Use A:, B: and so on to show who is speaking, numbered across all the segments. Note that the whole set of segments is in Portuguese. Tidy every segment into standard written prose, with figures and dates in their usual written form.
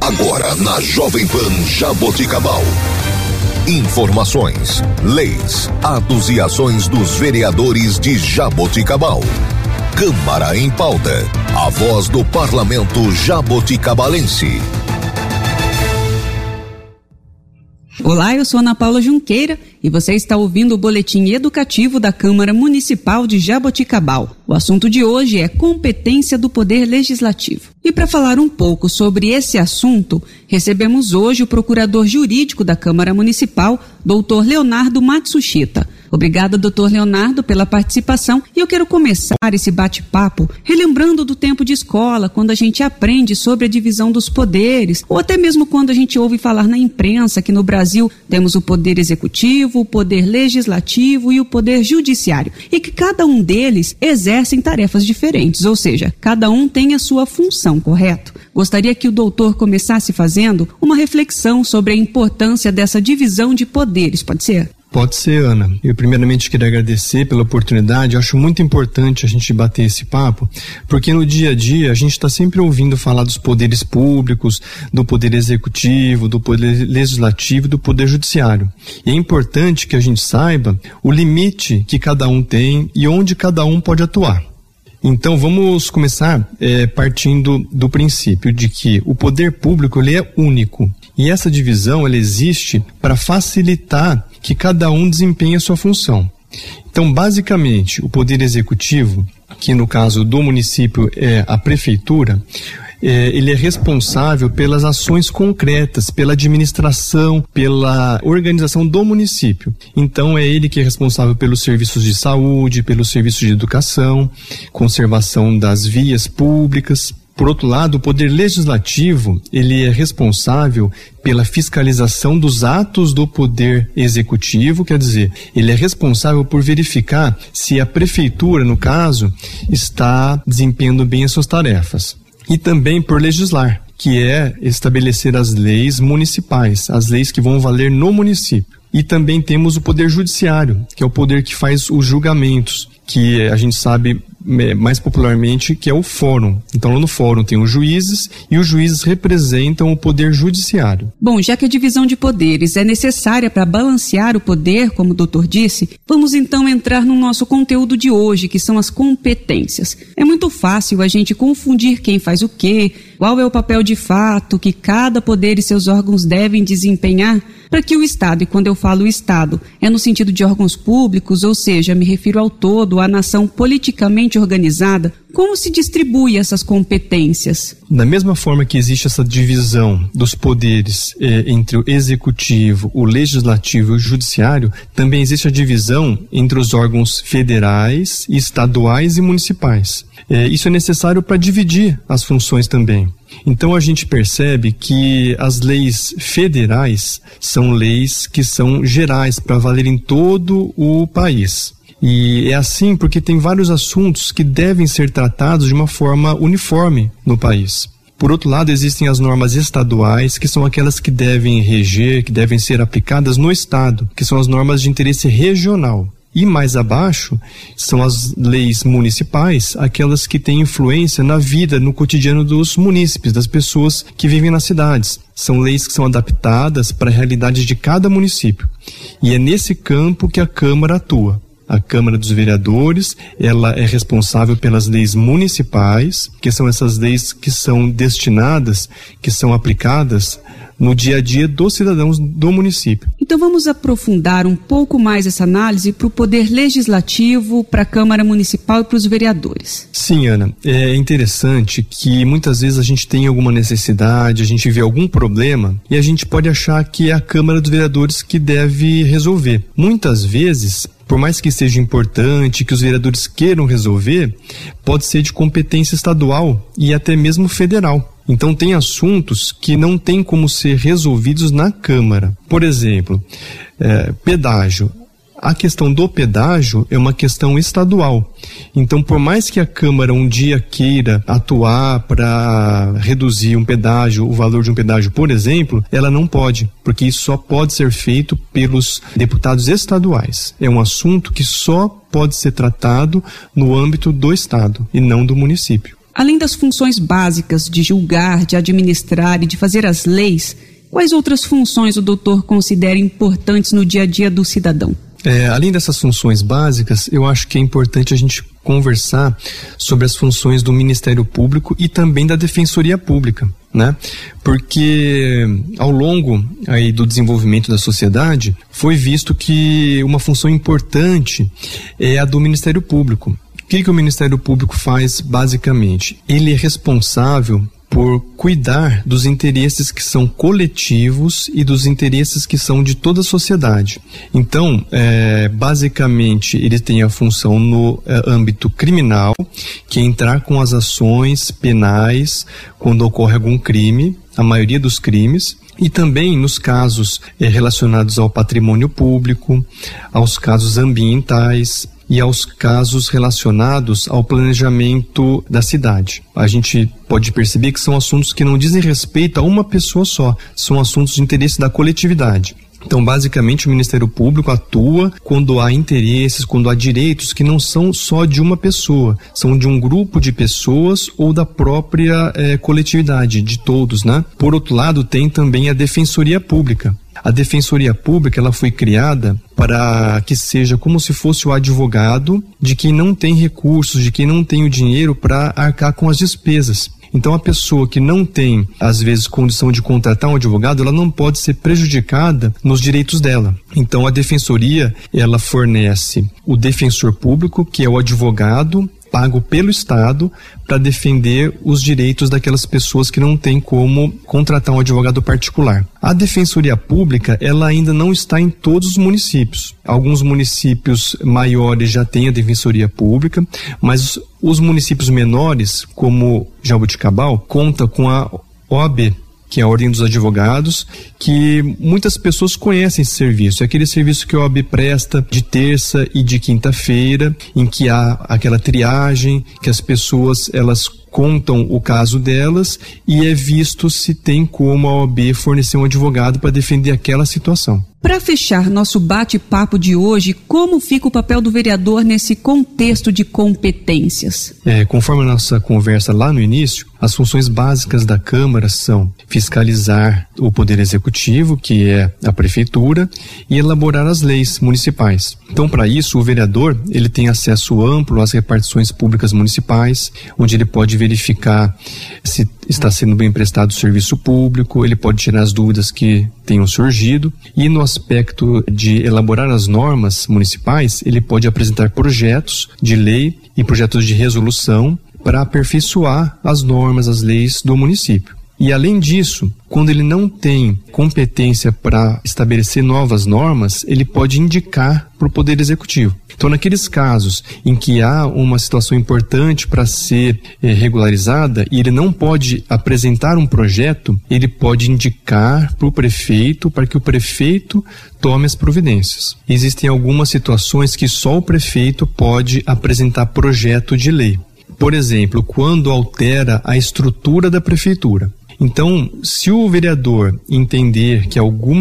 A: Agora na Jovem Pan Jaboticabal. Informações, leis, atos e ações dos vereadores de Jaboticabal. Câmara em Pauta. A voz do Parlamento jaboticabalense.
B: Olá, eu sou Ana Paula Junqueira e você está ouvindo o boletim educativo da Câmara Municipal de Jaboticabal. O assunto de hoje é competência do Poder Legislativo. E para falar um pouco sobre esse assunto, recebemos hoje o procurador jurídico da Câmara Municipal, Dr. Leonardo Matsushita. Obrigada, doutor Leonardo, pela participação. E eu quero começar esse bate-papo relembrando do tempo de escola, quando a gente aprende sobre a divisão dos poderes, ou até mesmo quando a gente ouve falar na imprensa que no Brasil temos o poder executivo, o poder legislativo e o poder judiciário, e que cada um deles exercem tarefas diferentes, ou seja, cada um tem a sua função, correto? Gostaria que o doutor começasse fazendo uma reflexão sobre a importância dessa divisão de poderes, pode ser?
C: Pode ser, Ana. Eu primeiramente queria agradecer pela oportunidade. Eu acho muito importante a gente bater esse papo, porque no dia a dia a gente está sempre ouvindo falar dos poderes públicos, do poder executivo, do poder legislativo e do poder judiciário. E é importante que a gente saiba o limite que cada um tem e onde cada um pode atuar. Então vamos começar partindo do princípio de que o poder público ele é único e essa divisão ela existe para facilitar que cada um desempenhe a sua função. Então basicamente o poder executivo, que no caso do município é a prefeitura, ele é responsável pelas ações concretas, pela administração, pela organização do município. Então é ele que é responsável pelos serviços de saúde, pelos serviços de educação, conservação das vias públicas. Por outro lado, o poder legislativo, ele é responsável pela fiscalização dos atos do poder executivo, quer dizer, ele é responsável por verificar se a prefeitura, no caso, está desempenhando bem as suas tarefas. E também por legislar, que é estabelecer as leis municipais, as leis que vão valer no município. E também temos o poder judiciário, que é o poder que faz os julgamentos, que a gente sabe mais popularmente que é o fórum. Então lá no fórum tem os juízes e os juízes representam o poder judiciário.
B: Bom, já que a divisão de poderes é necessária para balancear o poder, como o doutor disse, vamos então entrar no nosso conteúdo de hoje, que são as competências. É muito fácil a gente confundir quem faz o quê, qual é o papel de fato que cada poder e seus órgãos devem desempenhar para que o Estado, e quando eu falo Estado, é no sentido de órgãos públicos, ou seja, me refiro ao todo, à nação politicamente organizada, como se distribui essas competências?
C: Da mesma forma que existe essa divisão dos poderes entre o executivo, o legislativo e o judiciário, também existe a divisão entre os órgãos federais, estaduais e municipais. Isso é necessário para dividir as funções também. Então a gente percebe que as leis federais são leis que são gerais para valer em todo o país. E é assim porque tem vários assuntos que devem ser tratados de uma forma uniforme no país. Por outro lado, existem as normas estaduais, que são aquelas que devem reger, que devem ser aplicadas no Estado, que são as normas de interesse regional. E mais abaixo são as leis municipais, aquelas que têm influência na vida, no cotidiano dos munícipes, das pessoas que vivem nas cidades. São leis que são adaptadas para a realidade de cada município. E é nesse campo que a Câmara atua. A Câmara dos Vereadores, ela é responsável pelas leis municipais, que são essas leis que são destinadas, que são aplicadas no dia a dia dos cidadãos do município.
B: Então vamos aprofundar um pouco mais essa análise para o Poder Legislativo, para a Câmara Municipal e para os vereadores.
C: Sim, Ana, é interessante que muitas vezes a gente tem alguma necessidade, a gente vê algum problema e a gente pode achar que é a Câmara dos Vereadores que deve resolver. Muitas vezes, por mais que seja importante, que os vereadores queiram resolver, pode ser de competência estadual e até mesmo federal. Então tem assuntos que não tem como ser resolvidos na Câmara. Por exemplo, pedágio. A questão do pedágio é uma questão estadual. Então, por mais que a Câmara um dia queira atuar para reduzir um pedágio, o valor de um pedágio, por exemplo, ela não pode, porque isso só pode ser feito pelos deputados estaduais. É um assunto que só pode ser tratado no âmbito do Estado e não do município.
B: Além das funções básicas de julgar, de administrar e de fazer as leis, quais outras funções o doutor considera importantes no dia a dia do cidadão?
C: Além dessas funções básicas, eu acho que é importante a gente conversar sobre as funções do Ministério Público e também da Defensoria Pública, né? Porque ao longo aí do desenvolvimento da sociedade foi visto que uma função importante é a do Ministério Público. O que o Ministério Público faz basicamente? Ele é responsável por cuidar dos interesses que são coletivos e dos interesses que são de toda a sociedade. Então, basicamente, ele tem a função no âmbito criminal, que é entrar com as ações penais quando ocorre algum crime, a maioria dos crimes, e também nos casos relacionados ao patrimônio público, aos casos ambientais e aos casos relacionados ao planejamento da cidade. A gente pode perceber que são assuntos que não dizem respeito a uma pessoa só, são assuntos de interesse da coletividade. Então, basicamente, o Ministério Público atua quando há interesses, quando há direitos que não são só de uma pessoa, são de um grupo de pessoas ou da própria coletividade, de todos, né? Por outro lado, tem também a Defensoria Pública. A Defensoria Pública, ela foi criada para que seja como se fosse o advogado de quem não tem recursos, de quem não tem o dinheiro para arcar com as despesas. Então, a pessoa que não tem, às vezes, condição de contratar um advogado, ela não pode ser prejudicada nos direitos dela. Então, a Defensoria, ela fornece o defensor público, que é o advogado pago pelo Estado para defender os direitos daquelas pessoas que não têm como contratar um advogado particular. A Defensoria Pública, ela ainda não está em todos os municípios. Alguns municípios maiores já têm a Defensoria Pública, mas os municípios menores, como Jaboticabal, conta com a OAB, que é a Ordem dos Advogados, que muitas pessoas conhecem esse serviço. É aquele serviço que a OAB presta de terça e de quinta-feira, em que há aquela triagem, que as pessoas, elas contam o caso delas e é visto se tem como a OAB fornecer um advogado para defender aquela situação.
B: Para fechar nosso bate-papo de hoje, como fica o papel do vereador nesse contexto de competências?
C: Conforme a nossa conversa lá no início, as funções básicas da Câmara são fiscalizar o Poder Executivo, que é a Prefeitura, e elaborar as leis municipais. Então, para isso, o vereador, ele tem acesso amplo às repartições públicas municipais, onde ele pode verificar se está sendo bem prestado o serviço público, ele pode tirar as dúvidas que tenham surgido, e no aspecto de elaborar as normas municipais, ele pode apresentar projetos de lei e projetos de resolução para aperfeiçoar as normas, as leis do município. E além disso, quando ele não tem competência para estabelecer novas normas, ele pode indicar para o Poder Executivo. Então, naqueles casos em que há uma situação importante para ser regularizada e ele não pode apresentar um projeto, ele pode indicar para o prefeito para que o prefeito tome as providências. Existem algumas situações que só o prefeito pode apresentar projeto de lei. Por exemplo, quando altera a estrutura da prefeitura. Então, se o vereador entender que algum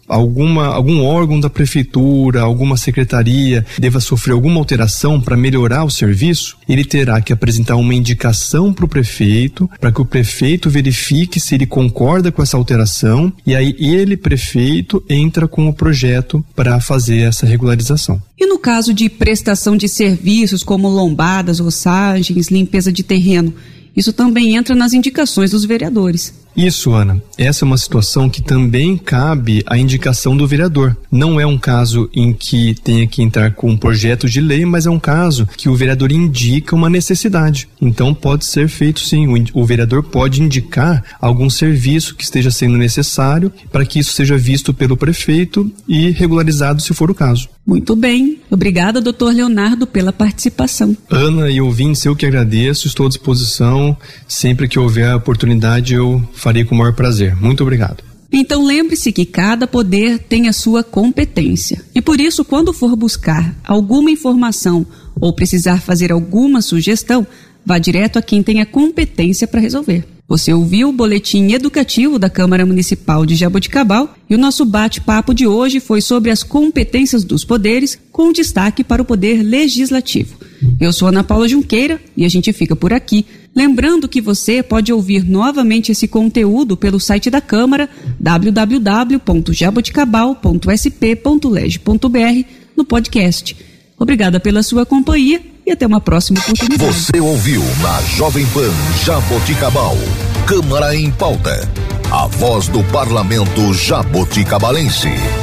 C: órgão da prefeitura, alguma secretaria deva sofrer alguma alteração para melhorar o serviço, ele terá que apresentar uma indicação para o prefeito, para que o prefeito verifique se ele concorda com essa alteração, e aí ele, prefeito, entra com o projeto para fazer essa regularização.
B: E no caso de prestação de serviços como lombadas, roçagens, limpeza de terreno, isso também entra nas indicações dos vereadores.
C: Isso, Ana. Essa é uma situação que também cabe à indicação do vereador. Não é um caso em que tenha que entrar com um projeto de lei, mas é um caso que o vereador indica uma necessidade. Então pode ser feito sim. O vereador pode indicar algum serviço que esteja sendo necessário para que isso seja visto pelo prefeito e regularizado se for o caso.
B: Muito bem. Obrigada, doutor Leonardo, pela participação.
C: Ana e ouvintes, eu que agradeço, estou à disposição. Sempre que houver a oportunidade, eu farei com o maior prazer. Muito obrigado.
B: Então lembre-se que cada poder tem a sua competência. E por isso, quando for buscar alguma informação ou precisar fazer alguma sugestão, vá direto a quem tem a competência para resolver. Você ouviu o boletim educativo da Câmara Municipal de Jaboticabal e o nosso bate-papo de hoje foi sobre as competências dos poderes, com destaque para o Poder Legislativo. Eu sou Ana Paula Junqueira e a gente fica por aqui. Lembrando que você pode ouvir novamente esse conteúdo pelo site da Câmara, www.jaboticabal.sp.leg.br, no podcast. Obrigada pela sua companhia e até uma próxima oportunidade.
A: Você ouviu na Jovem Pan Jaboticabal, Câmara em Pauta, a voz do Parlamento Jaboticabalense.